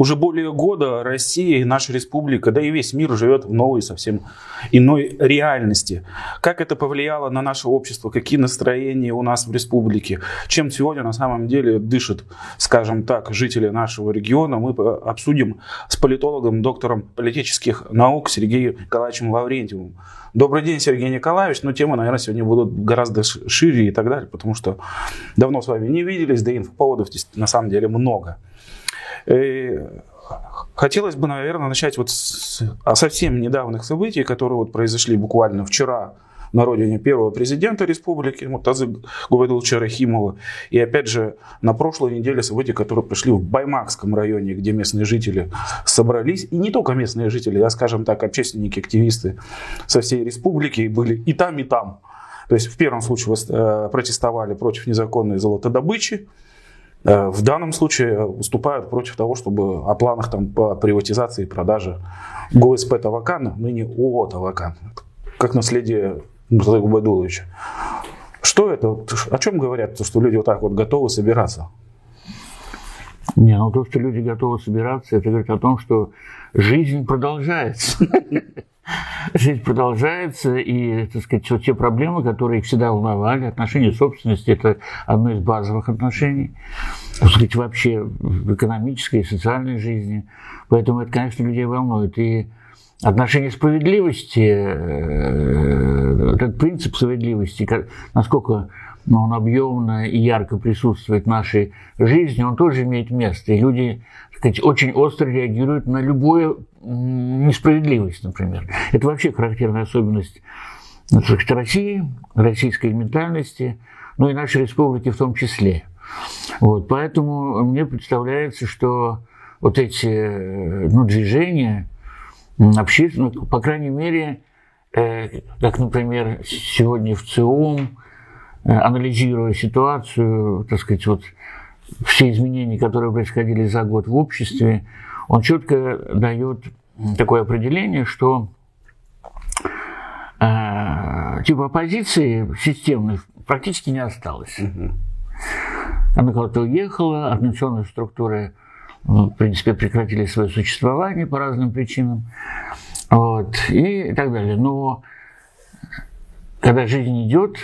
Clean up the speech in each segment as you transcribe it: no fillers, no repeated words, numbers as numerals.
Уже более года Россия и наша республика, да и весь мир живет в новой, совсем иной реальности. Как это повлияло на наше общество? Какие настроения у нас в республике? Чем сегодня на самом деле дышат, скажем так, жители нашего региона? Мы обсудим с политологом, доктором политических наук Сергеем Николаевичем Лаврентьевым. Добрый день, Сергей Николаевич. Но темы, наверное, сегодня будут гораздо шире и так далее, потому что давно с вами не виделись, да и инфоповодов здесь на самом деле много. И хотелось бы, наверное, начать вот с совсем недавних событий, которые вот произошли буквально вчера на родине первого президента республики Муртазы Губайдуловича Рахимова. И опять же на прошлой неделе события, которые прошли в Баймакском районе, где местные жители собрались. И не только местные жители, а, скажем так, общественники, активисты со всей республики были и там, и там. То есть в первом случае протестовали против незаконной золотодобычи. В данном случае выступают против того, чтобы о планах там по приватизации и продаже ГУСП Тавакана, ныне ООО Тавакан, как наследие Муртазы Губайдуловича. Что это? О чем говорят, что люди вот так вот готовы собираться? Не, ну то, что люди готовы собираться, это говорит о том, что жизнь продолжается. Жизнь продолжается, и, так сказать, вот те проблемы, которые их всегда волновали, отношения собственности – это одно из базовых отношений, так сказать, вообще в экономической и социальной жизни. Поэтому это, конечно, людей волнует. И отношение справедливости, этот принцип справедливости, насколько он объемно и ярко присутствует в нашей жизни, он тоже имеет место. И люди, так сказать, очень остро реагируют на любую несправедливость, например. Это вообще характерная особенность, так сказать, России, российской ментальности, ну и нашей республики в том числе. Вот, поэтому мне представляется, что вот эти движения общественные, по крайней мере, как, например, сегодня в ЦИОМ, анализируя ситуацию, так сказать, вот все изменения, которые происходили за год в обществе, он четко дает такое определение, что типа оппозиции системной практически не осталось. Она куда-то уехала, организационные структуры, в принципе, прекратили свое существование по разным причинам, вот, и так далее. Но когда жизнь идет,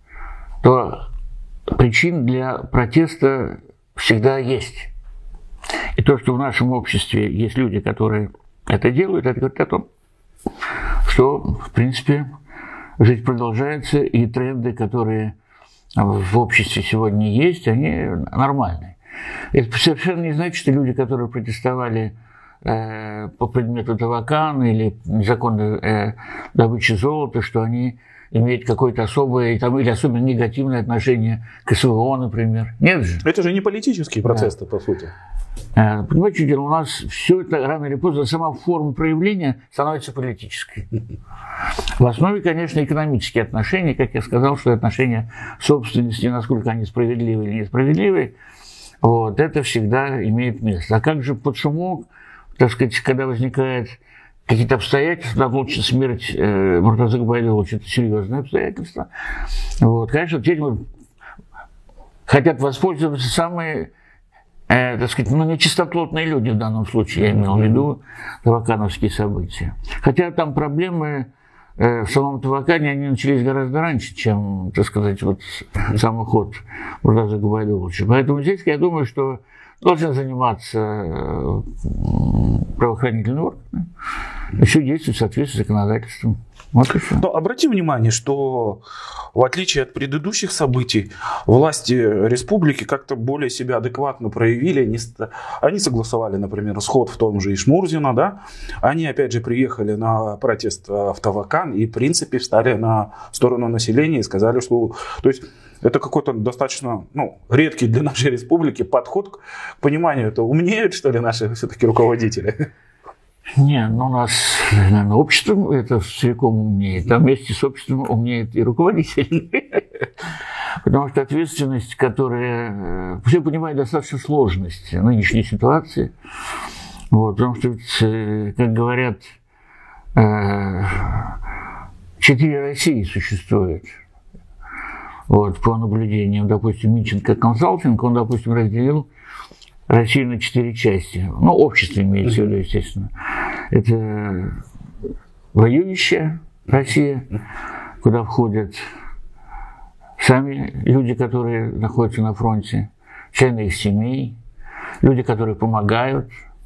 то причин для протеста всегда есть. И то, что в нашем обществе есть люди, которые это делают, это говорит о том, что, в принципе, жизнь продолжается, и тренды, которые в обществе сегодня есть, они нормальные. Это совершенно не значит, что люди, которые протестовали по предмету Тавакана или незаконной добычи золота, что они имеет какое-то особое или особенно негативное отношение к СВО, например. Нет же. Это же не политический процесс, по сути. Понимаете, у нас все это рано или поздно, сама форма проявления становится политической. В основе, конечно, экономические отношения, как я сказал, что отношения собственности, насколько они справедливы или несправедливы, вот, это всегда имеет место. А как же под шумок, так сказать, когда возникает какие-то обстоятельства, лучше смерть Муртазы Губайдуловича, это серьезные обстоятельства. Вот, конечно, этим хотят воспользоваться самые, так сказать, нечистоплотные люди в данном случае, я имел в виду тавакановские события. Хотя там проблемы в самом Тавакане, они начались гораздо раньше, чем, так сказать, вот сам уход Муртазы Губайдуловича. Поэтому здесь я думаю, что должен заниматься правоохранительные органы, еще действовать в соответствии с законодательством. Вот и все. Но обрати внимание, что в отличие от предыдущих событий, власти республики как-то более себя адекватно проявили. Они согласовали, например, сход в том же Ишмурзино, да? Они опять же приехали на протест в Тавакан и, в принципе, встали на сторону населения и сказали, что... То есть это какой-то достаточно редкий для нашей республики подход к пониманию. Это умнеют, что ли, наши все-таки руководители? Не, у нас, наверное, общество это целиком умнеет. Там вместе с обществом умнеет и руководитель. Потому что ответственность, которая... Все понимают достаточно сложность нынешней ситуации. Вот, потому что, как говорят, 4 России существует. Вот, по наблюдениям, допустим, Миченко консалтинг, он, допустим, разделил Россию на 4 части. Ну, общество имеется в виду, естественно. Это воюющая Россия, куда входят сами люди, которые находятся на фронте, члены их семей, люди, которые помогают,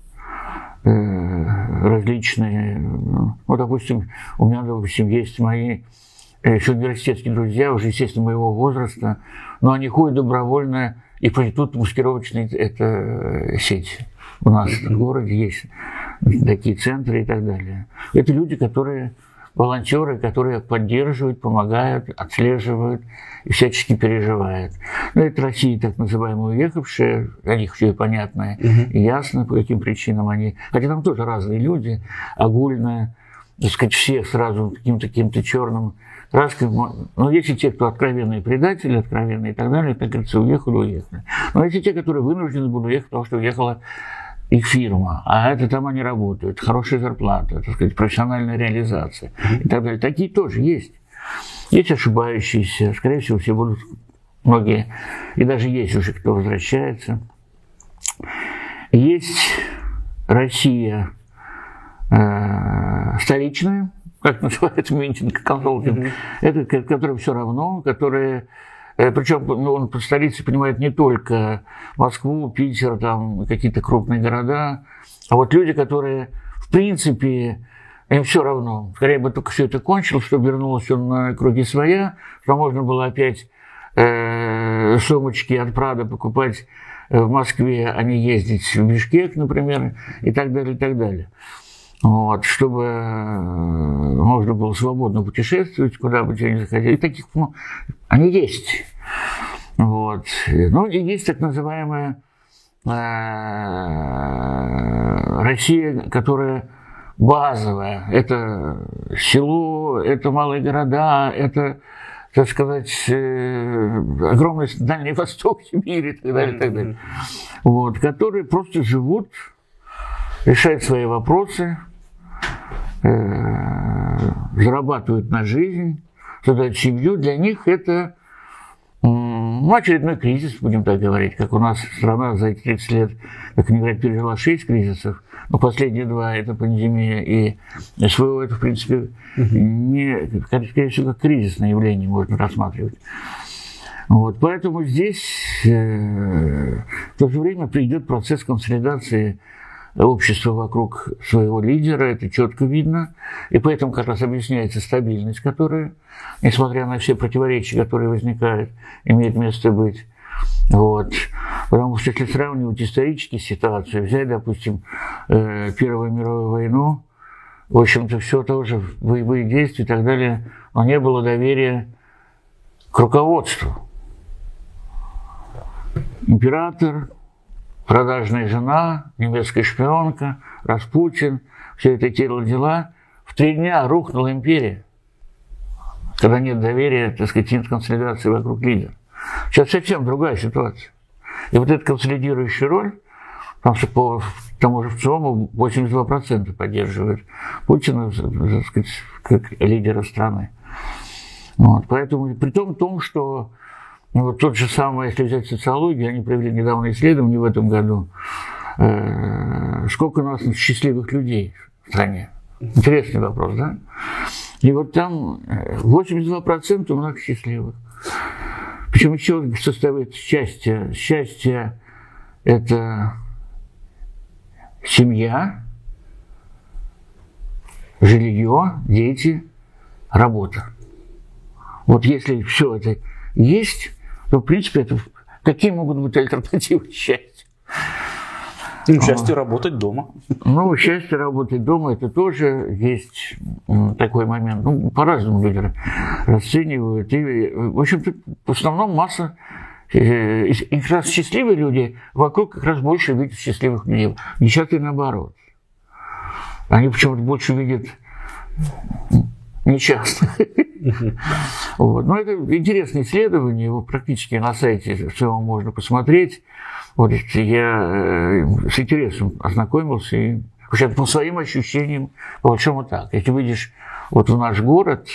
различные, ну, допустим, у меня, допустим, есть мои еще университетские друзья, уже, естественно, моего возраста, но они ходят добровольно, и тут маскировочные это сети. У нас в городе есть такие центры и так далее. Это люди, которые волонтеры, которые поддерживают, помогают, отслеживают и всячески переживают. Но это Россия, так называемая, уехавшая, для них все и понятно, и ясно, по каким причинам они. Хотя там тоже разные люди, огульно, так сказать, все сразу каким-то черным краском. Но есть и те, кто откровенные предатели, откровенные и так далее, так говорится, уехали. Но есть и те, которые вынуждены будут уехать, потому что уехала их фирма, а это там они работают, хорошая зарплата, так сказать, профессиональная реализация и так далее. Такие тоже есть. Есть ошибающиеся, скорее всего, все будут, многие, и даже есть уже кто возвращается. Есть Россия столичная, как называется митинг, консалтинг, это, которым все равно, которые... Причем он по столице понимает не только Москву, Питер, там какие-то крупные города, а вот люди, которые, в принципе, им все равно. Скорее бы только все это кончилось, чтобы вернулось он на круги своя, что можно было опять сумочки от Прада покупать в Москве, а не ездить в Бишкек, например, и так далее, и так далее. Вот, чтобы можно было свободно путешествовать, куда бы тебе ни захотели. И таких, ну, они есть. Вот. Ну, и есть так называемая Россия, которая базовая. Это село, это малые города, это, так сказать, огромный Дальний Восток, Сибирь и так далее, и так далее. Вот, которые просто живут, решают свои вопросы, зарабатывают на жизнь, создают семью. Для них это очередной кризис, будем так говорить, как у нас страна за эти 30 лет, как они говорят, пережила 6 кризисов, но последние 2 – это пандемия и СВО, это, в принципе, не, скорее всего, как кризисное явление можно рассматривать. Вот, поэтому здесь в то же время придет процесс консолидации общества вокруг своего лидера, это четко видно, и поэтому как раз объясняется стабильность, которая, несмотря на все противоречия, которые возникают, имеет место быть. Вот. Потому что если сравнивать исторические ситуации, взять, допустим, Первую мировую войну, в общем-то, все тоже, боевые действия и так далее, но не было доверия к руководству. Император, продажная жена, немецкая шпионка, Распутин, все это дела. В 3 дня рухнула империя, когда нет доверия, так сказать, нет консолидации вокруг лидера. Сейчас совсем другая ситуация. И вот эта консолидирующая роль, потому что по тому же ВЦИОМу 82% поддерживают Путина, так сказать, как лидера страны. Вот, поэтому при том, что вот тот же самый, если взять социологию, они провели недавно исследование в этом году, сколько у нас счастливых людей в стране. Интересный вопрос, да? И вот там 82% у нас счастливых. Причем еще составляет счастье. Счастье – это семья, жилье, дети, работа. Вот если все это есть, то, в принципе, это какие могут быть альтернативы счастью? Счастье работать дома. Ну, счастье работать дома, это тоже есть такой момент. Ну, по-разному люди расценивают. И, в общем-то, в основном масса, и как раз счастливые люди, вокруг как раз больше видят счастливых людей. Несчастные наоборот. Они почему-то больше видят несчастных. Вот. Но это интересное исследование, его практически на сайте всего можно посмотреть. Вот я с интересом ознакомился и по своим ощущениям, по большому так. Если выйдешь вот в наш город,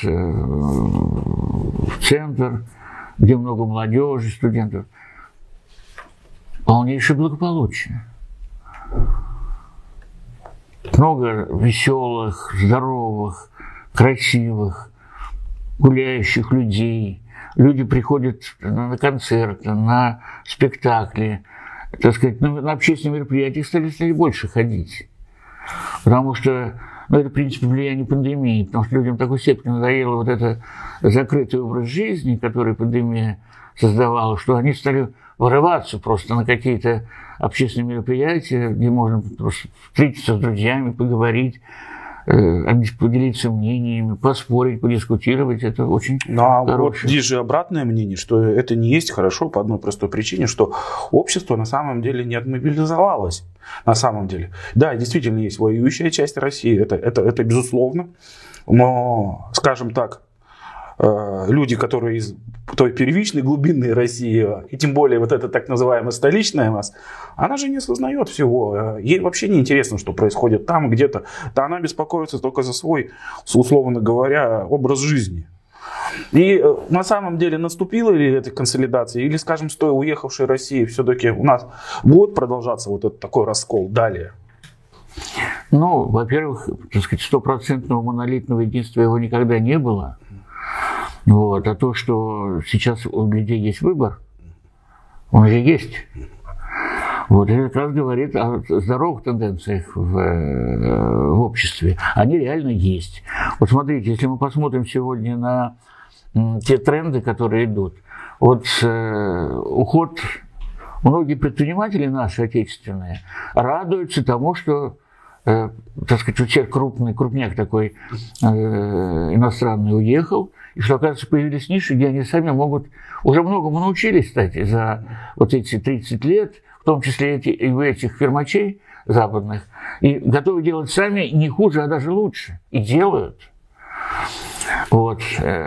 в центр, где много молодежи, студентов, полнейшее благополучие. Много веселых, здоровых, красивых, гуляющих людей. Люди приходят на концерты, на спектакли, так сказать, на общественные мероприятия стали больше ходить. Потому что, это, в принципе, влияние пандемии, потому что людям в такой степени надоело вот это закрытый образ жизни, который пандемия создавала, что они стали вырываться просто на какие-то общественные мероприятия, где можно просто встретиться с друзьями, поговорить, поделиться мнениями, поспорить, подискутировать. Это очень хорошее. Вот здесь же обратное мнение, что это не есть хорошо по одной простой причине, что общество на самом деле не отмобилизовалось. На самом деле. Да, действительно есть воюющая часть России, это безусловно. Но, скажем так, люди, которые из той первичной глубинной России, и тем более вот эта так называемая столичная масса, она же не осознает всего. Ей вообще не интересно, что происходит там где-то. Да она беспокоится только за свой, условно говоря, образ жизни. И на самом деле наступила ли эта консолидация, или, скажем, с той уехавшей России все-таки у нас будет продолжаться вот этот такой раскол далее? Ну, во-первых, так сказать, стопроцентного монолитного единства его никогда не было. Вот. А то, что сейчас у людей есть выбор, он же есть. Вот. Это как раз говорит о здоровых тенденциях в обществе. Они реально есть. Вот смотрите, если мы посмотрим сегодня на те тренды, которые идут. Вот уход, многие предприниматели наши, отечественные, радуются тому, что, так сказать, человек крупняк такой иностранный уехал, и что, оказывается, появились ниши, где они сами могут, уже многому научились, кстати, за вот эти 30 лет, в том числе и у этих фирмачей западных, и готовы делать сами не хуже, а даже лучше, и делают. Вот.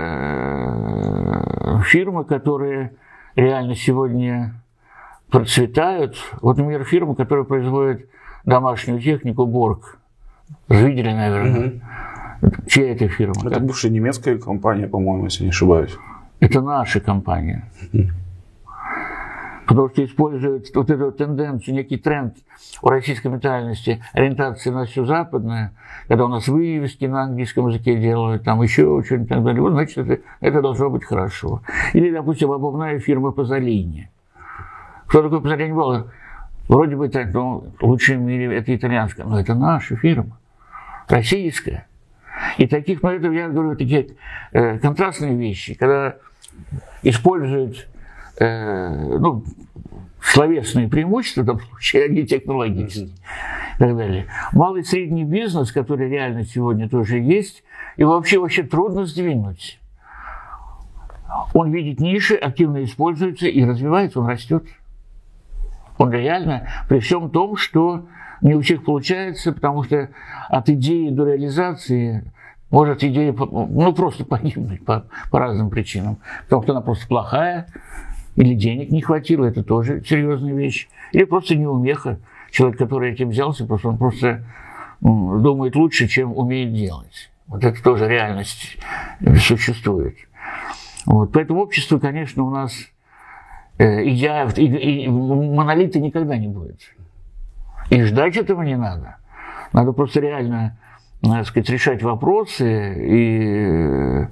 Фирмы, которые реально сегодня процветают, вот, например, фирма, которая производит домашнюю технику Борг. Видели, наверное? Чья это фирма? Это бывшая немецкая компания, по-моему, если не ошибаюсь. Это наша компания. Потому что используют вот эту тенденцию, некий тренд у российской ментальности, ориентации на все западное, когда у нас вывески на английском языке делают, там еще что-нибудь и так далее. Вот, значит, это должно быть хорошо. Или, допустим, обувная фирма Пазолини. Что такое Пазолини было? Вроде бы так, лучшее в мире это итальянская, но это наша фирма, российская. И таких, это я говорю, такие контрастные вещи, когда используют словесные преимущества, в том случае, а не технологические, и так далее. Малый и средний бизнес, который реально сегодня тоже есть, и вообще трудно сдвинуть. Он видит ниши, активно используется и развивается, он растет. Он реально, при всем том, что не у всех получается, потому что от идеи до реализации может идея просто погибнуть по разным причинам. Потому что она просто плохая, или денег не хватило, это тоже серьезная вещь. Или просто неумеха. Человек, который этим взялся, он просто думает лучше, чем умеет делать. Вот это тоже реальность существует. Вот. Поэтому общество, конечно, у нас и монолита никогда не будет. И ждать этого не надо. Надо просто реально, так сказать, решать вопросы и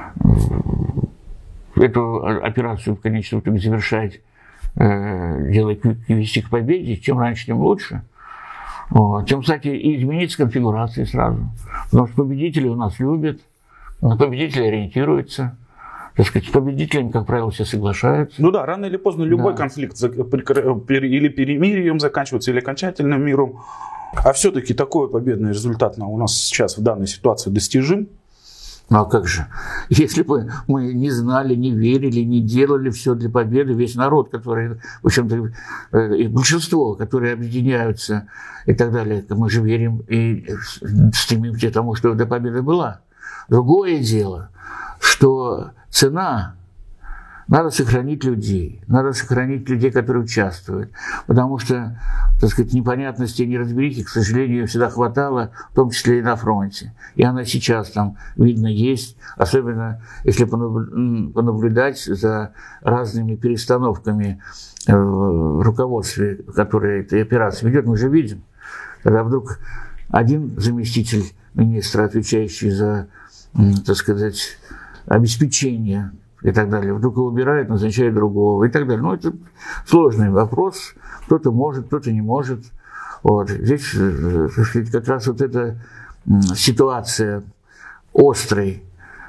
эту операцию в конечном итоге завершать, вести к победе. Чем раньше, тем лучше. Вот. Тем, кстати, и изменится конфигурация сразу. Потому что победители у нас любят, на победителей ориентируются. Так сказать, с победителями, как правило, все соглашаются. Ну да, рано или поздно любой конфликт или перемирием заканчивается, или окончательным миром. А все-таки такой победный результат у нас сейчас в данной ситуации достижим. Ну а как же? Если бы мы не знали, не верили, не делали все для победы, весь народ, который, в общем-то, и большинство, которые объединяются и так далее, мы же верим и стремимся к тому, что эта победа была. Другое дело, что цена надо сохранить людей, которые участвуют, потому что, так сказать, непонятности и неразберихи, к сожалению, всегда хватало, в том числе и на фронте. И она сейчас там, видно, есть, особенно если понаблюдать за разными перестановками в руководстве, которое этой операции ведет. Мы же видим, когда вдруг один заместитель министра, отвечающий за, так сказать, обеспечение и так далее, вдруг его убирают, назначают другого и так далее. Ну, это сложный вопрос. Кто-то может, кто-то не может. Вот. Здесь, так сказать, как раз вот эта ситуация острой,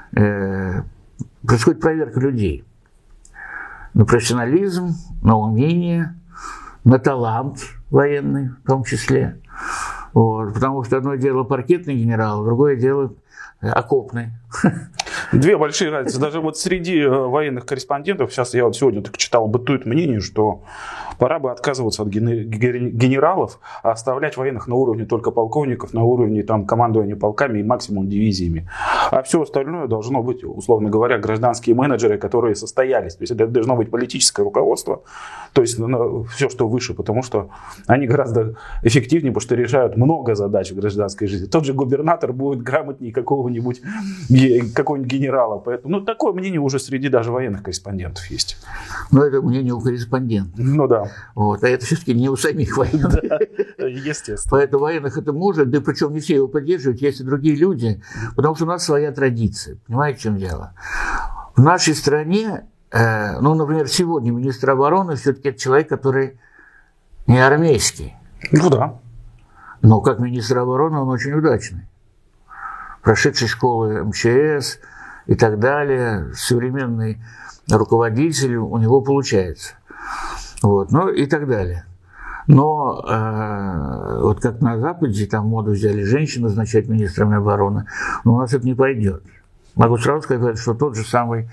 происходит проверка людей на профессионализм, на умение, на талант военный в том числе. Вот. Потому что одно дело паркетный генерал, другое дело окопный. Две большие разницы. Даже вот среди военных корреспондентов, сейчас я вот сегодня так читал, бытует мнение, что пора бы отказываться от генералов, а оставлять военных на уровне только полковников, на уровне там командования полками и максимум дивизиями. А все остальное должно быть, условно говоря, гражданские менеджеры, которые состоялись. То есть это должно быть политическое руководство, то есть все, что выше, потому что они гораздо эффективнее, потому что решают много задач в гражданской жизни. Тот же губернатор будет грамотнее какого-нибудь генерала. Поэтому, такое мнение уже среди даже военных корреспондентов есть. Но это мнение у корреспондентов. Ну да. Вот. А это все-таки не у самих военных. Да, естественно. Поэтому военных это может, да причем не все его поддерживают, есть и другие люди, потому что у нас своя традиция. Понимаете, в чем дело? В нашей стране, например, сегодня министр обороны все-таки это человек, который не армейский. Ну да. Но как министр обороны он очень удачный. Прошедший школы МЧС и так далее, современный руководитель, у него получается. Вот, и так далее. Но вот как на Западе, там моду взяли женщин назначать министрами обороны, но у нас это не пойдет. Могу сразу сказать, что тот же самый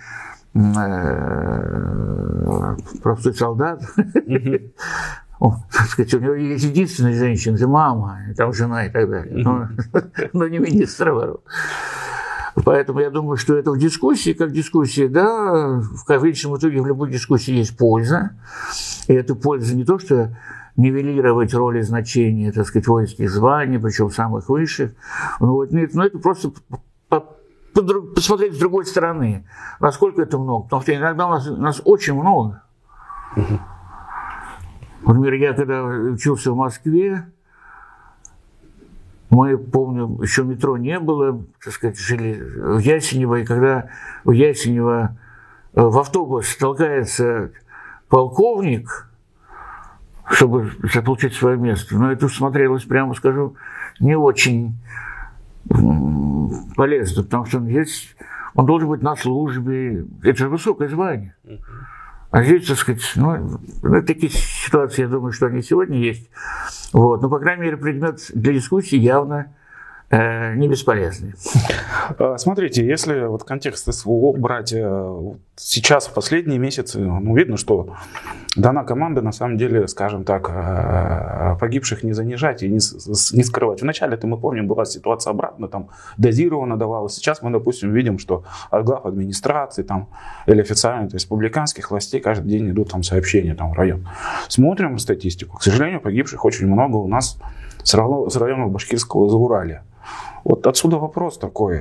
простой солдат, так сказать, у него есть единственная женщина, это мама, там жена и так далее, но не министр обороны. Поэтому я думаю, что это в дискуссии, как дискуссия, да, в конечном итоге в любой дискуссии есть польза. И эта польза не то, что нивелировать роль и значение, так сказать, воинских званий, причем самых высших, это просто посмотреть с другой стороны, насколько это много. Потому что иногда у нас очень много. Например, я когда учился в Москве, мы, помню, еще метро не было, так сказать, жили в Ясенево, и когда в Ясенево в автобус толкается полковник, чтобы заполучить свое место, но это смотрелось, прямо скажу, не очень полезно, потому что он должен быть на службе, это же высокое звание. А здесь, так сказать, такие ситуации, я думаю, что они сегодня есть. Вот. Но, по крайней мере, предмет для дискуссии явно не бесполезный. Смотрите, если вот контекст СВО брать, сейчас в последние месяцы, видно, что дана команда, на самом деле, скажем так, погибших не занижать и не скрывать. Вначале-то, мы помним, была ситуация обратно, там дозированно давалось. Сейчас мы, допустим, видим, что от глав администрации там, или официально, то есть республиканских властей каждый день идут там сообщения там, в район. Смотрим статистику. К сожалению, погибших очень много у нас с районов Башкирского Зауралья. Вот отсюда вопрос такой.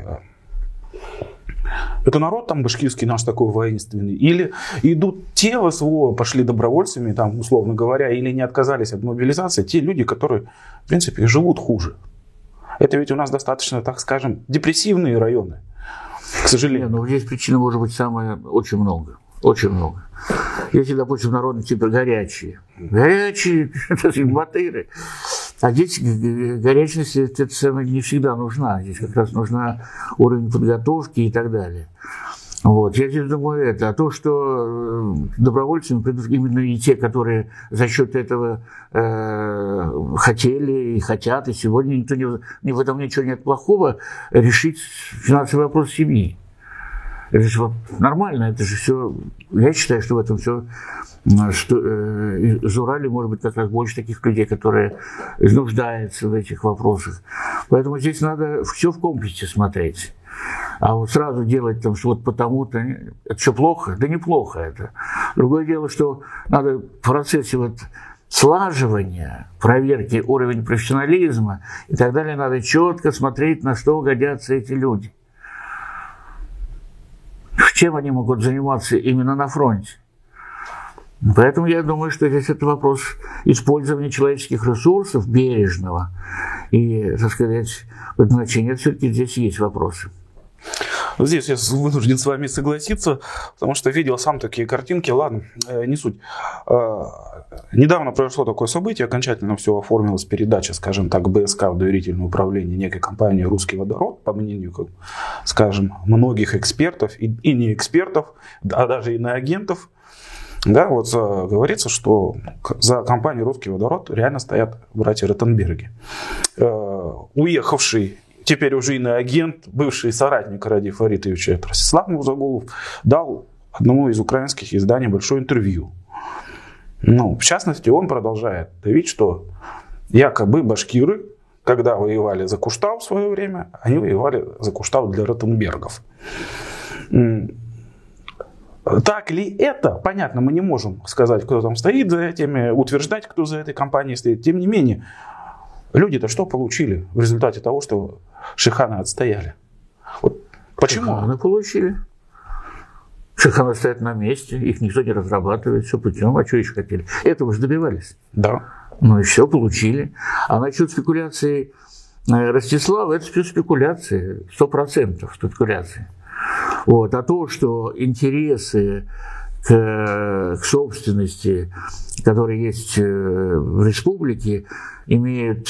Это народ там башкирский наш такой воинственный? Или идут те в СВО, пошли добровольцами, там, условно говоря, или не отказались от мобилизации, те люди, которые, в принципе, живут хуже? Это ведь у нас достаточно, так скажем, депрессивные районы, к сожалению. Здесь причин может быть очень много. Очень много. Если, допустим, народы типа горячие, это батыры. А здесь горячность не всегда нужна. Здесь как раз нужна уровень подготовки и так далее. Вот. Я здесь думаю это. А то, что добровольцами придут именно и те, которые за счет этого хотели и хотят, и сегодня никто в этом ничего нет плохого, решить финансовый вопрос семьи. Это же нормально, это же все. Я считаю, что в этом все. Из Урала может быть как раз больше таких людей, которые нуждаются в этих вопросах. Поэтому здесь надо все в комплексе смотреть. А вот сразу делать там, что вот потому-то, это что, плохо? Да неплохо это. Другое дело, что надо в процессе вот слаживания, проверки уровня профессионализма и так далее, надо четко смотреть, на что годятся эти люди. Чем они могут заниматься именно на фронте. Поэтому я думаю, что здесь это вопрос использования человеческих ресурсов бережного и, так сказать, предназначения. Все-таки здесь есть вопросы. Здесь я вынужден с вами согласиться, потому что видел сам такие картинки. Ладно, не суть. Недавно произошло такое событие, окончательно все оформилось, передача, скажем так, БСК в доверительное управление некой компании «Русский водород», по мнению, скажем, многих экспертов и не экспертов, а даже иноагентов. Да, вот говорится, что за компанией «Русский водород» реально стоят братья Ротенберги. Уехавший, теперь уже иноагент, бывший соратник Ради Фаритовича Ростислав Мурзагулов, дал одному из украинских изданий большое интервью. Ну, в частности, он продолжает давить, что якобы башкиры, когда воевали за Куштау в свое время, они воевали за Куштау для Ротенбергов. Так ли это? Понятно, мы не можем сказать, кто там стоит за этими, утверждать, кто за этой компанией стоит. Тем не менее, люди-то что получили в результате того, что шиханы отстояли? Вот почему? Шиханы получили. Шиханы стоят на месте, их никто не разрабатывает, все путем. А что еще хотели? Этого же добивались. Да. Ну и все, получили. А насчет спекуляции Ростислава, это все спекуляции, 100% спекуляции. Вот. А то, что интересы к собственности, которые есть в республике, имеют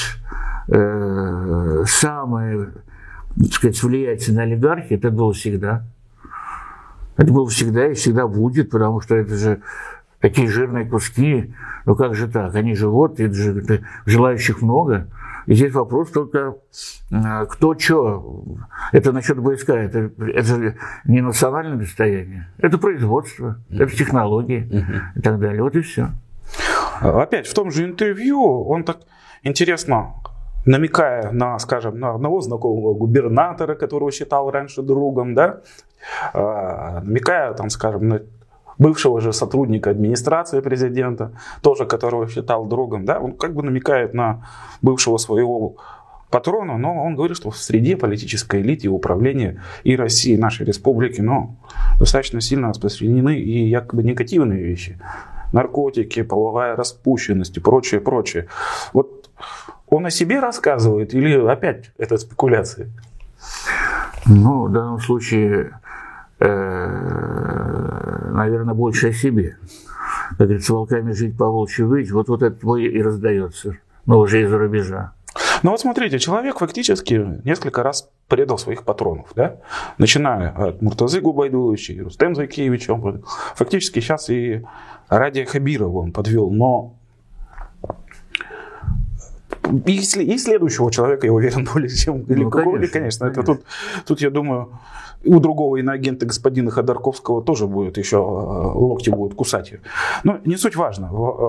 самые, так сказать, влиятельные олигархи, это было всегда. Это было всегда и всегда будет, потому что это же такие жирные куски. Ну как же так? Они живут, это желающих много. И здесь вопрос только, кто что. Это насчет БСК, это же не национальное достояние. Это производство, это технологии и так далее. Вот и все. Опять в том же интервью он так интересно, намекая на, скажем, на одного знакомого губернатора, которого считал раньше другом, да, намекая, там, скажем, на бывшего же сотрудника администрации президента, тоже которого считал другом, да, он как бы намекает на бывшего своего патрона, но он говорит, что в среде политической элиты и управления и России, и нашей республики, ну, достаточно сильно распространены и якобы негативные вещи. Наркотики, половая распущенность и прочее, прочее. Вот он о себе рассказывает или опять это спекуляции? Ну, в данном случае, наверное, больше о себе. Как говорится, волками жить, по волчьи выть, вот это и раздается, но уже из-за рубежа. Ну вот смотрите, человек фактически несколько раз предал своих патронов, да? Начиная от Муртазы Губайдуловича и Рустем Зайкевича, он фактически сейчас и Радия Хабирова он подвел, но и следующего человека, я уверен, более чем какого, конечно. Это тут, я думаю, у другого иноагента господина Ходорковского тоже будет еще локти будут кусать ее. Но не суть важно.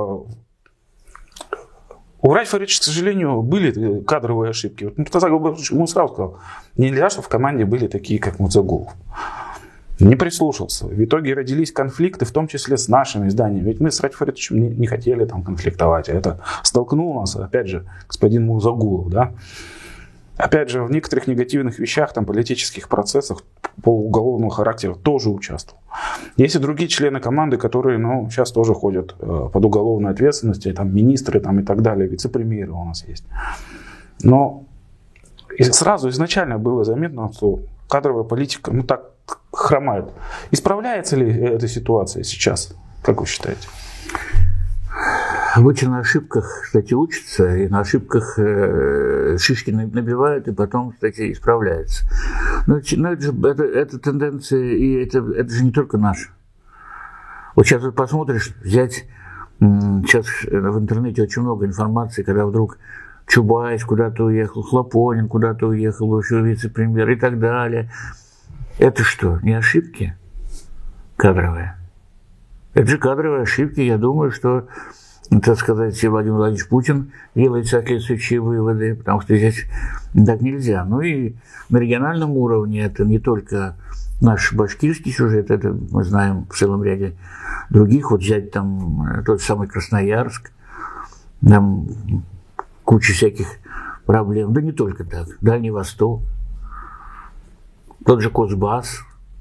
У Ради Фаритовича, к сожалению, были кадровые ошибки. Вот Муртаза Губайдулович ему сразу сказал, нельзя, чтобы в команде были такие, как Мурзагулов. Не прислушался. В итоге родились конфликты, в том числе с нашими изданиями. Ведь мы с Ради Фаритовичем не хотели там конфликтовать. А это столкнул нас, опять же, господин Мурзагулов. Да? Опять же, в некоторых негативных вещах, там, политических процессах по уголовному характеру тоже участвовал. Есть и другие члены команды, которые сейчас тоже ходят под уголовной ответственностью, там, министры там, и так далее, вице-премьеры у нас есть. Но сразу изначально было заметно, что кадровая политика так хромает. Исправляется ли эта ситуация сейчас? Как вы считаете? Обычно на ошибках, кстати, учатся, и на ошибках шишки набивают, и потом, кстати, исправляются. Но это тенденция, и это же не только наша. Вот сейчас вот посмотришь, сейчас в интернете очень много информации, когда вдруг Чубайс куда-то уехал, Хлопонин куда-то уехал, еще вице-премьер и так далее. Это что, не ошибки кадровые? Это же кадровые ошибки. Я думаю, что так сказать, Владимир Владимирович Путин делает соответствующие выводы, потому что здесь так нельзя. Ну и на региональном уровне это не только наш башкирский сюжет, это мы знаем в целом ряде других. Вот взять там тот самый Красноярск, там куча всяких проблем. Да не только так. Дальний Восток, тот же Кузбасс,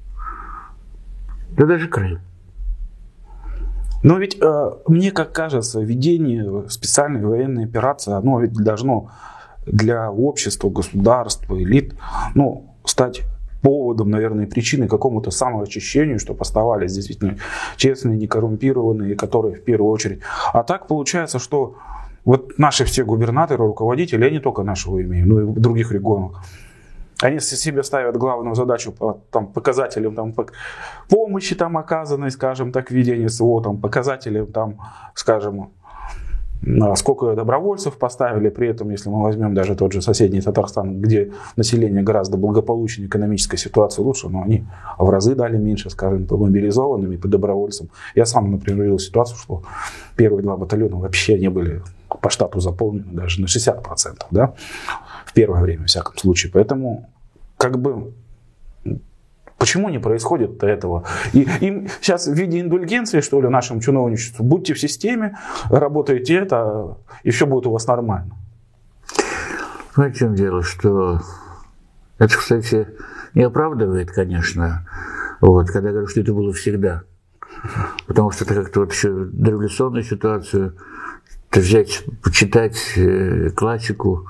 да даже Крым. Но ведь, мне как кажется, ведение специальной военной операции, оно ведь должно для общества, государства, элит, стать поводом, наверное, причиной какому-то самоочищению, чтобы оставались действительно честные, некоррумпированные, которые в первую очередь. А так получается, что вот наши все губернаторы, руководители, я не только нашего имею, но и в других регионах, они себе ставят главную задачу по показателям помощи оказанной, скажем так, в виде СВО, показателям, скажем, сколько добровольцев поставили. При этом, если мы возьмем даже тот же соседний Татарстан, где население гораздо благополучнее, экономическая ситуация лучше, но они в разы дали меньше, скажем, по мобилизованным и по добровольцам. Я сам, например, видел ситуацию, что первые 2 батальона вообще не были по штату заполнены даже на 60%, да? В первое время, во всяком случае. Поэтому, почему не происходит этого? И им сейчас в виде индульгенции, что ли, нашему чиновничеству, будьте в системе, работайте это, и все будет у вас нормально. Ну, в чем дело, что это, кстати, не оправдывает, конечно, когда говорю, что это было всегда. Потому что это как-то еще дореволюционную ситуацию, взять, почитать классику,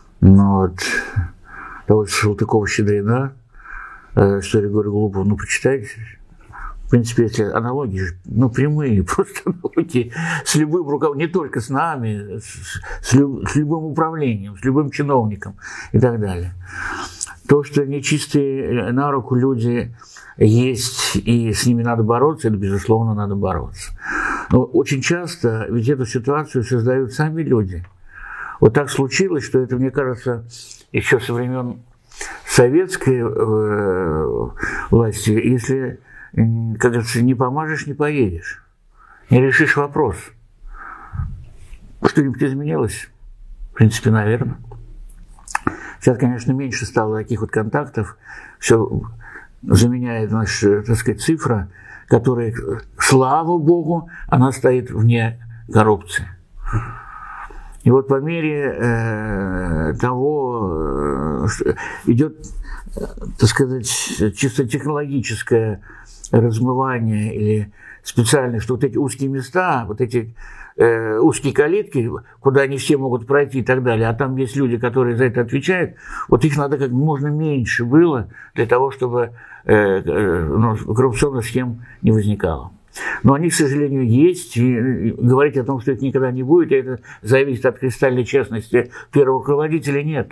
того же Салтыкова-Щедрина, историю Григория Глупова, почитайте. В принципе, если аналогии, прямые, просто аналогии с любым руководством, не только с нами, с любым управлением, с любым чиновником и так далее. То, что нечистые на руку люди есть, и с ними надо бороться, это, безусловно, надо бороться. Но очень часто ведь эту ситуацию создают сами люди. Вот так случилось, что это, мне кажется, еще со времен советской власти, если, как говорится, не помажешь, не поедешь, не решишь вопрос. Что-нибудь изменилось? В принципе, наверное. Сейчас, конечно, меньше стало таких контактов, все заменяет наша, так сказать, цифра, которая, слава богу, она стоит вне коррупции. И вот по мере того, что идет, так сказать, чисто технологическое размывание или специально, что вот эти узкие места, вот эти узкие калитки, куда не все могут пройти и так далее, а там есть люди, которые за это отвечают, вот их надо как можно меньше было для того, чтобы коррупционных схем не возникало. Но они, к сожалению, есть, и говорить о том, что это никогда не будет, это зависит от кристальной честности первого руководителя, нет.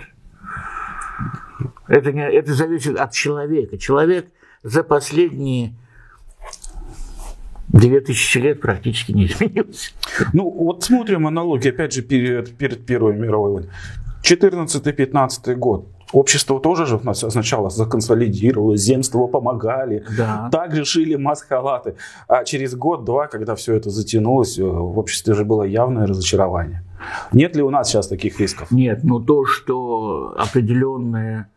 Это зависит от человека. Человек за последние 2000 лет практически не изменился. Вот смотрим аналогии, опять же, перед Первой мировой войной. 14-15 год. Общество тоже же сначала законсолидировалось, земства помогали, да. Также шили маск-халаты. А через год-два, когда все это затянулось, в обществе же было явное разочарование. Нет ли у нас сейчас таких рисков? Нет, то, что определенные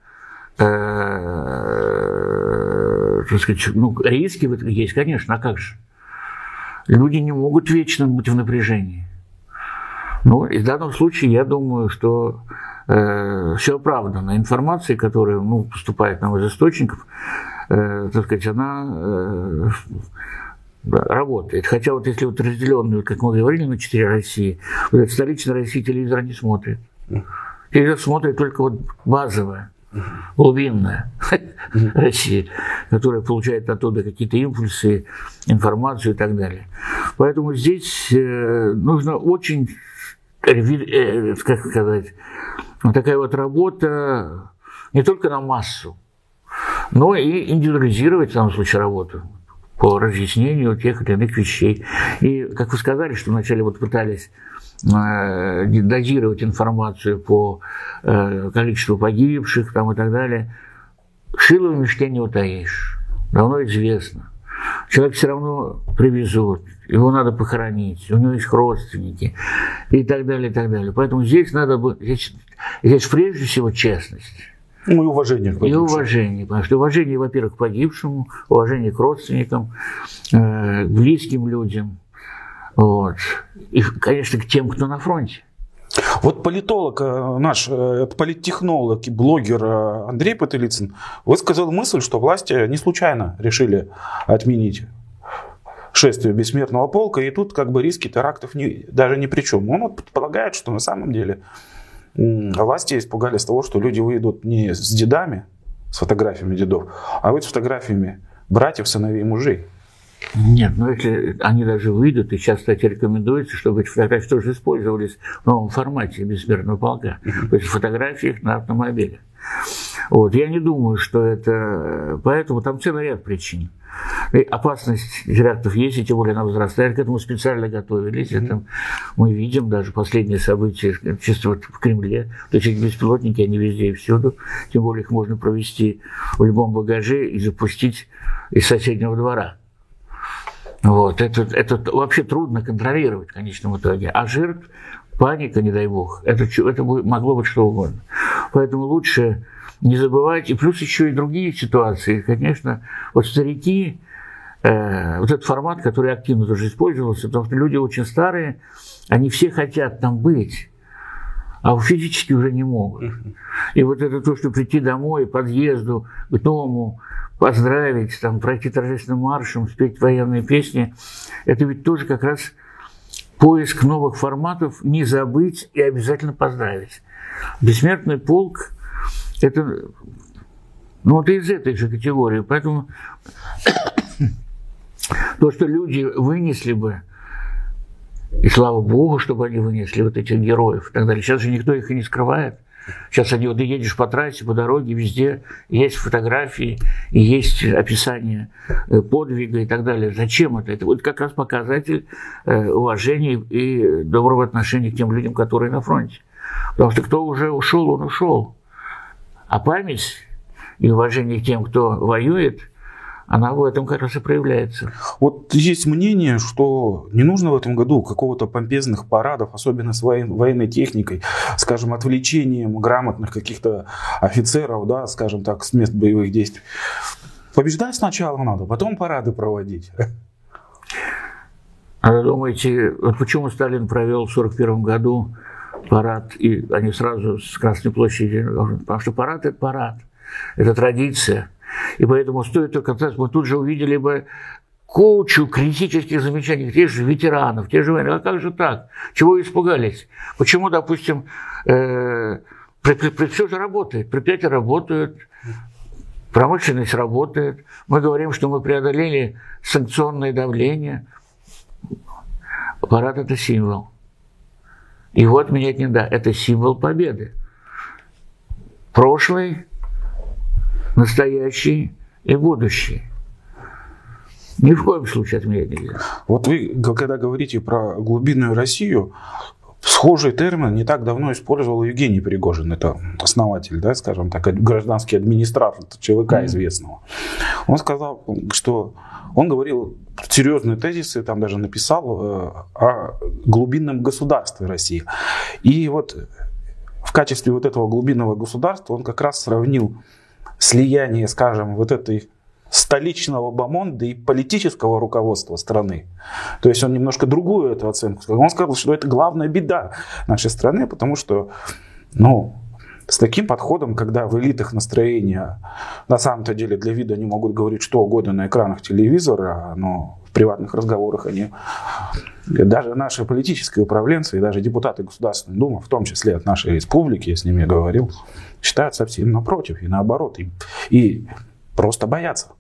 риски есть, конечно, а как же? Люди не могут вечно быть в напряжении. И в данном случае я думаю, что все оправдано. Информация, которая поступает нам из источников, так сказать, она работает. Хотя если разделенную, как мы говорили, на 4 России, столичная Россия телевизор не смотрит. Телевизор смотрит только базовая, глубинная Россия, которая получает оттуда какие-то импульсы, информацию и так далее. Поэтому здесь нужно очень, как сказать, такая работа не только на массу, но и индивидуализировать в данном случае работу по разъяснению тех или иных вещей. И, как вы сказали, что вначале пытались дозировать информацию по количеству погибших и так далее. Шило в мешке не утаишь. Давно известно, человек все равно привезут, его надо похоронить, у него есть родственники и так далее, и так далее. Поэтому здесь надо быть, здесь прежде всего честность. Ну и уважение к погибшему. И уважение, потому что уважение, во-первых, к погибшему, уважение к родственникам, к близким людям, вот. И, конечно, к тем, кто на фронте. Вот политолог наш, политтехнолог и блогер Андрей Потылицын высказал мысль, что власти не случайно решили отменить шествие бессмертного полка, и тут как бы риски терактов даже ни при чем. Он вот предполагает, что на самом деле власти испугались того, что люди выйдут не с дедами, с фотографиями дедов, а выйдут с фотографиями братьев, сыновей, мужей. Нет, но если они даже выйдут, и сейчас, кстати, рекомендуется, чтобы эти фотографии тоже использовались в новом формате бессмертного полка, то есть фотографии на автомобиле. Вот. Я не думаю, что это... Поэтому там целый ряд причин. И опасность терактов есть, и тем более она возрастает, к этому специально готовились. Это мы видим даже последние события, чисто вот в Кремле. То есть эти беспилотники, они везде и всюду. Тем более их можно провести в любом багаже и запустить из соседнего двора. Вот. Это вообще трудно контролировать в конечном итоге. А жертв, паника, не дай бог, это могло быть что угодно. Поэтому лучше не забывать. И плюс еще и другие ситуации. Конечно, вот старики, вот этот формат, который активно тоже использовался, потому что люди очень старые, они все хотят там быть, а физически уже не могут. И вот это то, что прийти домой, к подъезду, к дому, поздравить, там, пройти торжественным маршем, спеть военные песни, это ведь тоже как раз поиск новых форматов, не забыть и обязательно поздравить. Бессмертный полк – это, ну, это из этой же категории. Поэтому то, что люди вынесли бы, и слава богу, чтобы они вынесли вот этих героев и так далее. Сейчас же никто их и не скрывает. Сейчас они, вот ты едешь по трассе, по дороге, везде есть фотографии, и есть описание подвига и так далее. Зачем это? Это вот как раз показатель уважения и доброго отношения к тем людям, которые на фронте. Потому что кто уже ушел, он ушел. А память и уважение к тем, кто воюет, она в этом как раз и проявляется. Вот есть мнение, что не нужно в этом году какого-то помпезных парадов, особенно с военной техникой, скажем, отвлечением грамотных каких-то офицеров, да, скажем так, с мест боевых действий. Побеждать сначала надо, потом парады проводить. А вы думаете, вот почему Сталин провел в 1941 году парад, и они сразу с Красной площади, потому что парад – это парад, это традиция. И поэтому стоит только сказать, мы тут же увидели бы кучу критических замечаний тех же ветеранов, тех же военных. А как же так? Чего испугались? Почему, допустим, все же работает, предприятия работают, промышленность работает. Мы говорим, что мы преодолели санкционное давление. Парад – это символ. И вот менять не да, это символ победы. Прошлый, настоящий и будущий. Ни в коем случае отменять нельзя. Вот вы, когда говорите про глубинную Россию, схожий термин не так давно использовал Евгений Пригожин, это основатель, да, скажем так, гражданский администратор ЧВК известного. Он сказал, что он говорил серьезные тезисы, там даже написал о глубинном государстве России. И вот в качестве вот этого глубинного государства он как раз сравнил слияние, скажем, вот этой столичного бомонда и политического руководства страны. То есть он немножко другую эту оценку сказал. Он сказал, что это главная беда нашей страны, потому что, ну, с таким подходом, когда в элитах настроения на самом-то деле для вида они могут говорить что угодно на экранах телевизора, но в приватных разговорах они, даже наши политические управленцы и даже депутаты Государственной Думы, в том числе от нашей республики, я с ними говорил, считают совсем напротив и наоборот, и просто боятся.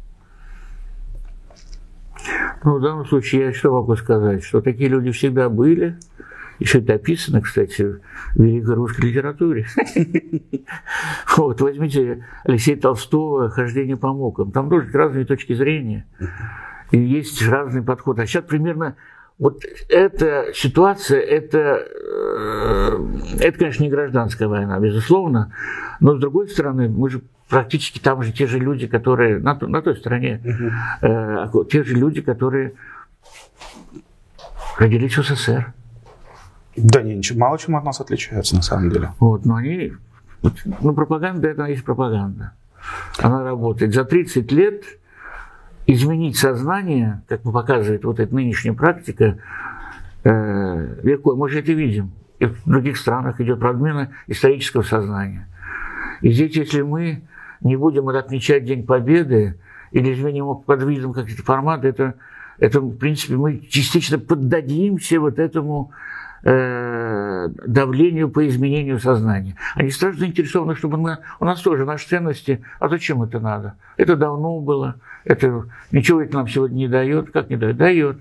Ну, в данном случае я что могу сказать, что такие люди всегда были, и что это описано, кстати, в великой русской литературе. Вот, возьмите Алексея Толстого «Хождение по мукам». Там тоже разные точки зрения, и есть разный подход. А сейчас примерно вот эта ситуация, это, конечно, не гражданская война, безусловно, но, с другой стороны, мы же практически там же те же люди, которые на той стороне, те же люди, которые родились в СССР. Да, ничего, мало чем от нас отличаются, на самом деле. Вот, но они, ну, пропаганда, это есть пропаганда. Она работает. За 30 лет изменить сознание, как показывает вот эта нынешняя практика, легко. Мы же это видим. И в других странах идет подмена исторического сознания. И здесь, если мы не будем отмечать День Победы или изменим его под видом каких-то формат, это, в принципе, мы частично поддадимся вот этому давлению по изменению сознания. Они страшно заинтересованы, чтобы у нас тоже наши ценности. А зачем это надо? Это давно было. Это ничего это нам сегодня не дает. Как не дает? Дает.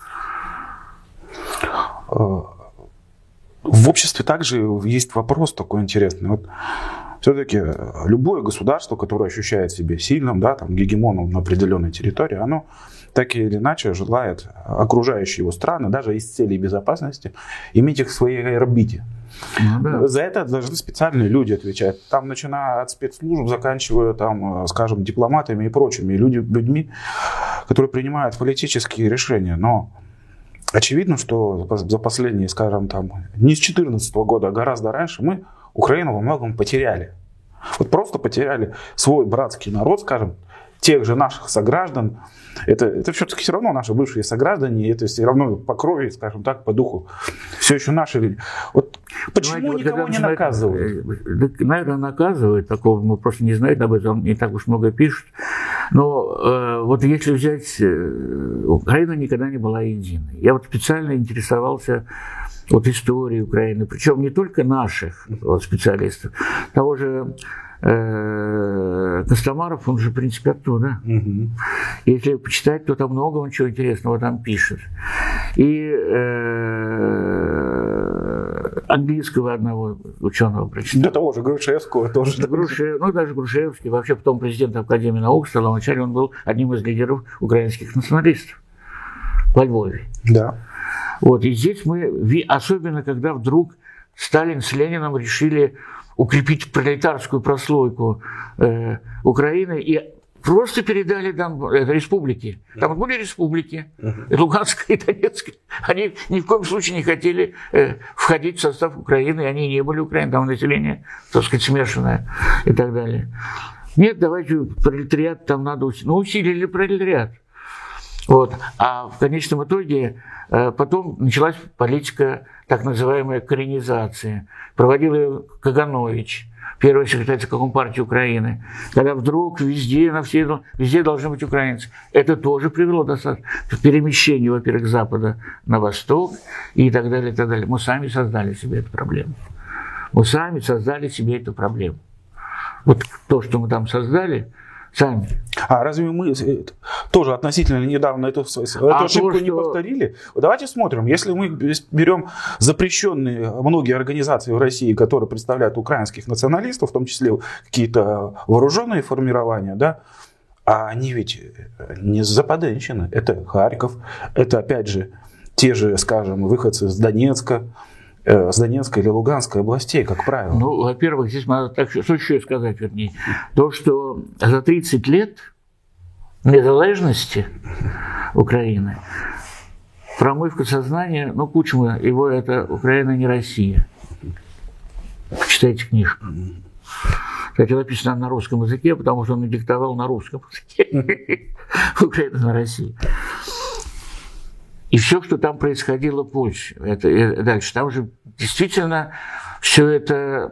В обществе также есть вопрос такой интересный. Вот все-таки любое государство, которое ощущает себя сильным, да, там, гегемоном на определенной территории, оно так или иначе желает окружающие его страны, даже из целей безопасности, иметь их в своей орбите. Да. За это должны специальные люди отвечать. Там, начиная от спецслужб, заканчивая, там, скажем, дипломатами и прочими людьми, которые принимают политические решения. Но очевидно, что за последние, скажем, там, не с 2014 года, а гораздо раньше мы Украину во многом потеряли. Вот просто потеряли свой братский народ, скажем, тех же наших сограждан. Это все-таки равно наши бывшие сограждане, это все равно по крови, скажем так, по духу, все еще наши люди. Вот почему никого не наказывают? Наверное, наказывают, такого мы просто не знаем, об этом не так уж много пишут. Но вот если взять, Украина никогда не была единой. Я вот специально интересовался вот историей Украины, причем не только наших вот, специалистов, того же Костомаров, он же, в принципе, оттуда. Угу. Если почитать, то там много он чего интересного там пишет. И английского одного ученого прочитал. До того же Грушевского тоже. Даже Грушевский. Вообще, потом президент Академии наук стал, а вначале он был одним из лидеров украинских националистов во Львове. Да. Вот, и здесь мы, особенно когда вдруг Сталин с Лениным решили укрепить пролетарскую прослойку Украины и просто передали там республики. Там были республики, Луганская и Донецкая. Они ни в коем случае не хотели входить в состав Украины, и они не были Украиной, там население, так сказать, смешанное и так далее. Нет, давайте пролетариат там надо усилить. Ну, усилили пролетариат. Вот. А в конечном итоге потом началась политика так называемой коренизации. Проводил ее Каганович, первый секретарь ЦК Компартии Украины, когда вдруг везде должны быть украинцы. Это тоже привело к перемещению, во-первых, с запада на восток и так далее, и так далее. Мы сами создали себе эту проблему. Вот то, что мы там создали, сами. А разве мы тоже относительно недавно эту ошибку не повторили? Давайте смотрим. Если мы берем запрещенные многие организации в России, которые представляют украинских националистов, в том числе какие-то вооруженные формирования, да, а они ведь не западенщины. Это Харьков, это опять же те же, скажем, выходцы с Донецкой или Луганской областей, как правило. Ну, во-первых, здесь надо так, что еще сказать, вернее, то, что за 30 лет незалежности Украины промывка сознания, ну, Кучма, его это Украина не Россия. Почитайте книжку. Кстати, написано на русском языке, потому что он диктовал на русском языке. Украина на России. И все, что там происходило позже, это дальше, там же действительно все это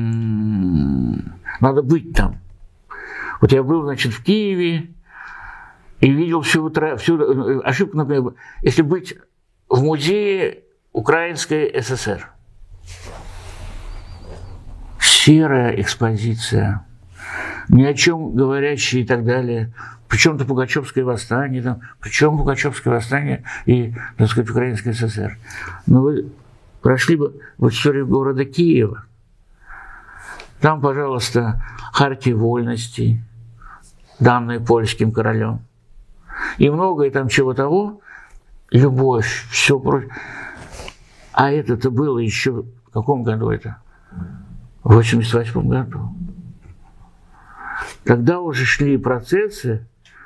надо быть там. Вот я был, значит, в Киеве и видел всю ошибку, например, если быть в музее Украинской ССР. Серая экспозиция, ни о чем говорящая и так далее. Причем-то Пугачевское восстание, там, причем Пугачевское восстание и, так сказать, Украинская ССР. Но вы прошли бы в историю города Киева. Там, пожалуйста, хартия вольностей, данная польским королем. И многое там чего того, любовь, все прочее. А это-то было еще в каком году это? В 88 году. Тогда уже шли процессы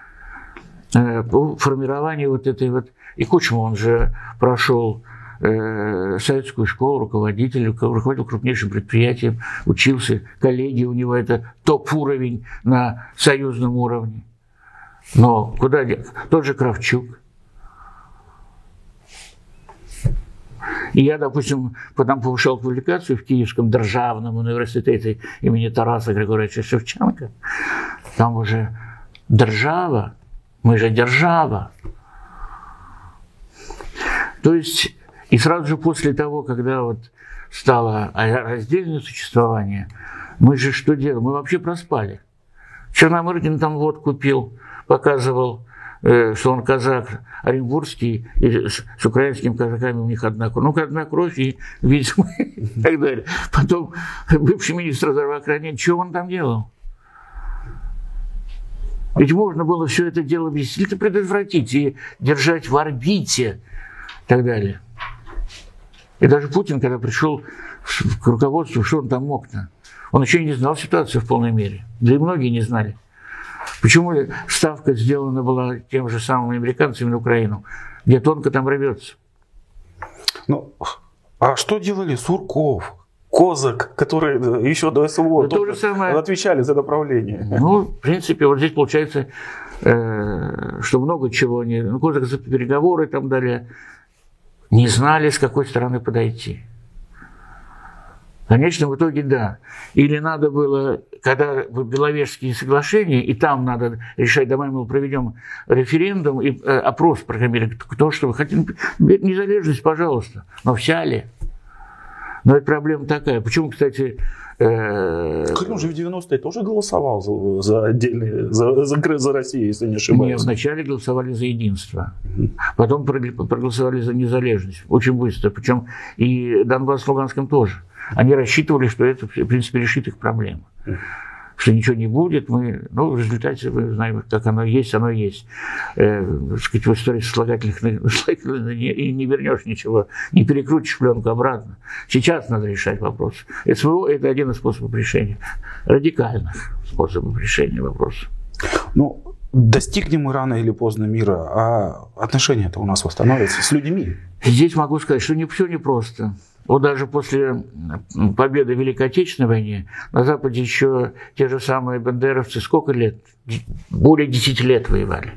по формированию вот этой вот... И Кучма, он же прошел советскую школу, руководил крупнейшим предприятием, учился, коллеги у него это топ-уровень на союзном уровне. Но куда тот же Кравчук. И я, допустим, потом повышал квалификацию в Киевском державном университете имени Тараса Григорьевича Шевченко. Там уже держава, мы же держава. То есть, и сразу же после того, когда вот стало раздельное существование, мы же что делали? Мы вообще проспали. Черномырдин там водку пил, показывал, что он казак оренбургский, и с украинскими казаками у них одна кровь. Ну, одна кровь, и, видимо, и так далее. Потом бывший министр здравоохранения, что он там делал? Ведь можно было все это дело действительно предотвратить и держать в орбите и так далее. И даже Путин, когда пришел к руководству, что он там мог-то? Он еще не знал ситуацию в полной мере. Да и многие не знали. Почему ставка сделана была тем же самым американцами на Украину, где тонко там рвется? Ну, а что делали Сурков, Козак, которые еще до СВО то же самое... отвечали за направление? Ну, в принципе, вот здесь получается, что много чего они... Ну, Козак за переговоры и так далее не знали, с какой стороны подойти. В конечном итоге, да. Или надо было, когда Беловежские соглашения, и там надо решать, давай мы проведем референдум и опрос программировали, кто что вы хотите. Незалежность, пожалуйста. Но взяли. Но это проблема такая. Почему, кстати... Крым же в 90-е тоже голосовал за отдельные, за Россию, если не ошибаюсь. Нет, вначале голосовали за единство. Потом проголосовали за незалежность. Очень быстро. Причем и Донбасс с Луганском тоже. Они рассчитывали, что это, в принципе, решит их проблему. Что ничего не будет, ну, в результате мы знаем, как оно есть, оно есть. Сказать, в истории сослагательных и не вернешь ничего, не перекрутишь пленку обратно. Сейчас надо решать вопрос. СВО – это один из способов решения, радикальных способов решения вопроса. Ну, достигнем мы рано или поздно мира, а отношения-то у нас восстановятся с людьми. Здесь могу сказать, что все непросто. Вот даже после победы в Великой Отечественной войне на Западе еще те же самые бандеровцы сколько лет? Более 10 лет воевали.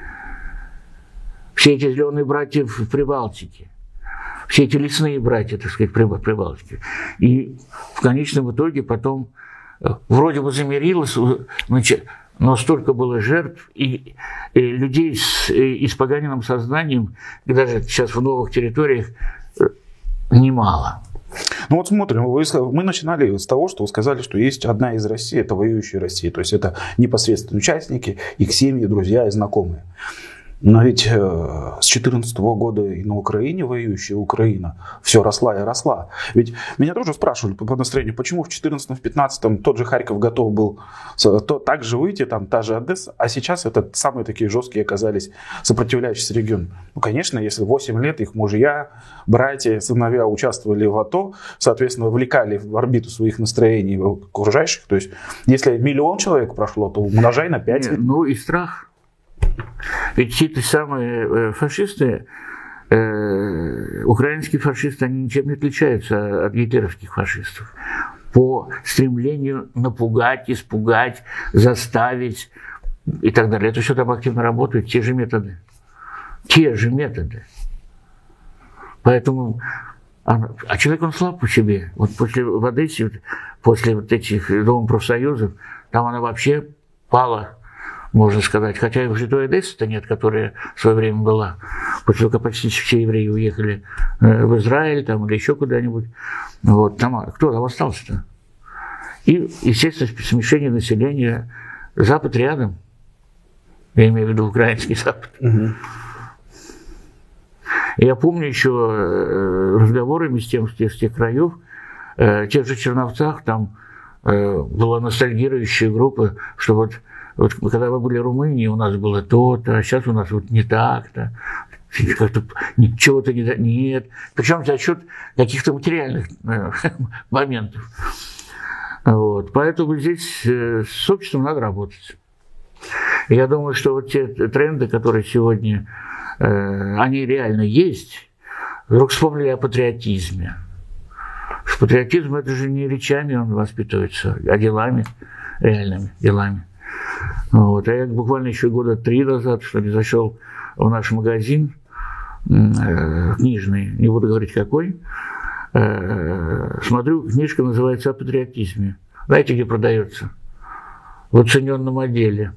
Все эти зеленые братья в Прибалтике. Все эти лесные братья, так сказать, в Прибалтике. И в конечном итоге потом вроде бы замирилось, но столько было жертв и людей с испоганенным сознанием, даже сейчас в новых территориях, немало. Ну вот смотрим, мы начинали с того, что вы сказали, что есть одна из России, это воюющая Россия. То есть это непосредственно участники, их семьи, друзья и знакомые. Но ведь с 2014 года и на Украине воюющая Украина все росла и росла. Ведь меня тоже спрашивали по настроению, почему в 2014-2015 тот же Харьков готов был так же выйти, там та же Одесса, а сейчас это самые такие жесткие оказались сопротивляющиеся регионы. Ну, конечно, если 8 лет их мужья, братья, сыновья участвовали в АТО, соответственно, вовлекали в орбиту своих настроений окружающих, то есть если 1 миллион человек прошло, то умножай на 5. Ну и страх. Ведь те самые фашисты, украинские фашисты, они ничем не отличаются от гитлеровских фашистов. По стремлению напугать, испугать, заставить и так далее. Это все там активно работает, те же методы. Те же методы. Поэтому... А человек, он слаб по себе. Вот в Одессе, после вот этих Дома профсоюзов, там она вообще пала, можно сказать. Хотя и в житой Одессе-то нет, которая в свое время была. После того, как почти все евреи уехали в Израиль там, или еще куда-нибудь. Вот, там, кто там остался-то? И, естественно, смешение населения. Запад рядом. Я имею в виду украинский Запад. Угу. Я помню еще разговорами с тех краев, в тех же Черновцах, там была ностальгирующая группа, что вот когда мы были в Румынии, у нас было то-то, а сейчас у нас вот не так-то. чего-то нет. Причем за счет каких-то материальных моментов. Вот. Поэтому здесь с обществом надо работать. Я думаю, что вот те тренды, которые сегодня, они реально есть. Вдруг вспомнили о патриотизме. Что патриотизм – это же не речами он воспитывается, а делами, реальными делами. Вот. А я буквально еще года 3 назад, что ли, зашел в наш магазин книжный, не буду говорить какой, смотрю, книжка называется «О патриотизме». Знаете, где продается? В оцененном отделе.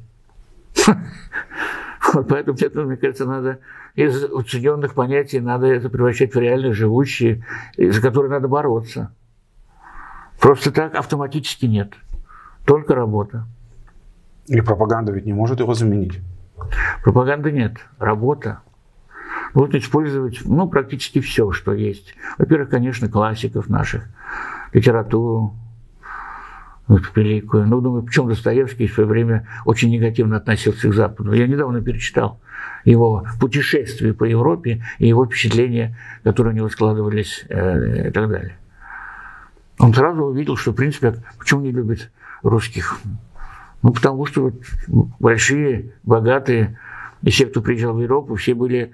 Вот поэтому, мне кажется, надо из уцененных понятий надо это превращать в реально живущие, за которые надо бороться. Просто так автоматически нет. Только работа. И пропаганда ведь не может его заменить. Пропаганды нет. Работа. Вот использовать, практически все, что есть. Во-первых, конечно, классиков наших, литературу, великую. Думаю, почему Достоевский в свое время очень негативно относился к Западу. Я недавно перечитал его путешествие по Европе и его впечатления, которые у него складывались и так далее. Он сразу увидел, что, в принципе, почему не любят русских? Потому что большие, богатые, и все, кто приезжал в Европу, все были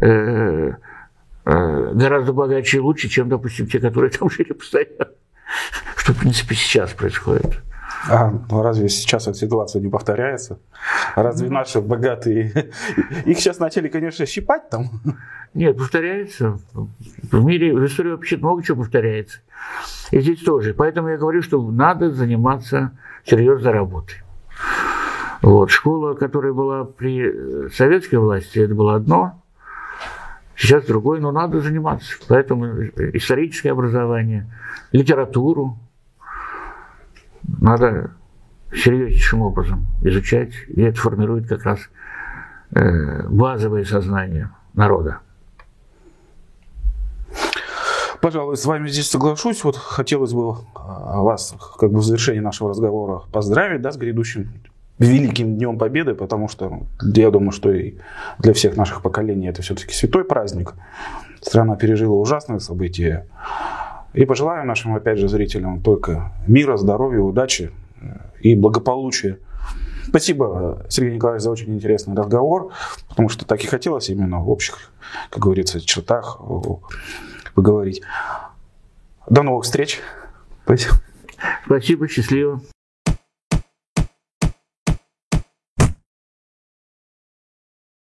гораздо богаче и лучше, чем, допустим, те, которые там жили постоянно. Что, в принципе, сейчас происходит. Разве сейчас эта ситуация не повторяется? Разве наши богатые... Их сейчас начали, конечно, щипать там? Нет, повторяется. В мире, в истории вообще много чего повторяется. И здесь тоже. Поэтому я говорю, что надо заниматься серьезной работой. Вот. Школа, которая была при советской власти, это было одно. Сейчас другое, но надо заниматься. Поэтому историческое образование, литературу надо серьезнейшим образом изучать. И это формирует как раз базовое сознание народа. Пожалуй, с вами здесь соглашусь. Вот хотелось бы вас, как бы в завершении нашего разговора, поздравить, с грядущим Великим Днем Победы, потому что я думаю, что и для всех наших поколений это все-таки святой праздник. Страна пережила ужасные события. И пожелаю нашим, опять же, зрителям только мира, здоровья, удачи и благополучия. Спасибо, Сергей Николаевич, за очень интересный разговор, потому что так и хотелось именно в общих, как говорится, чертах поговорить. До новых встреч. Спасибо. Спасибо, счастливо.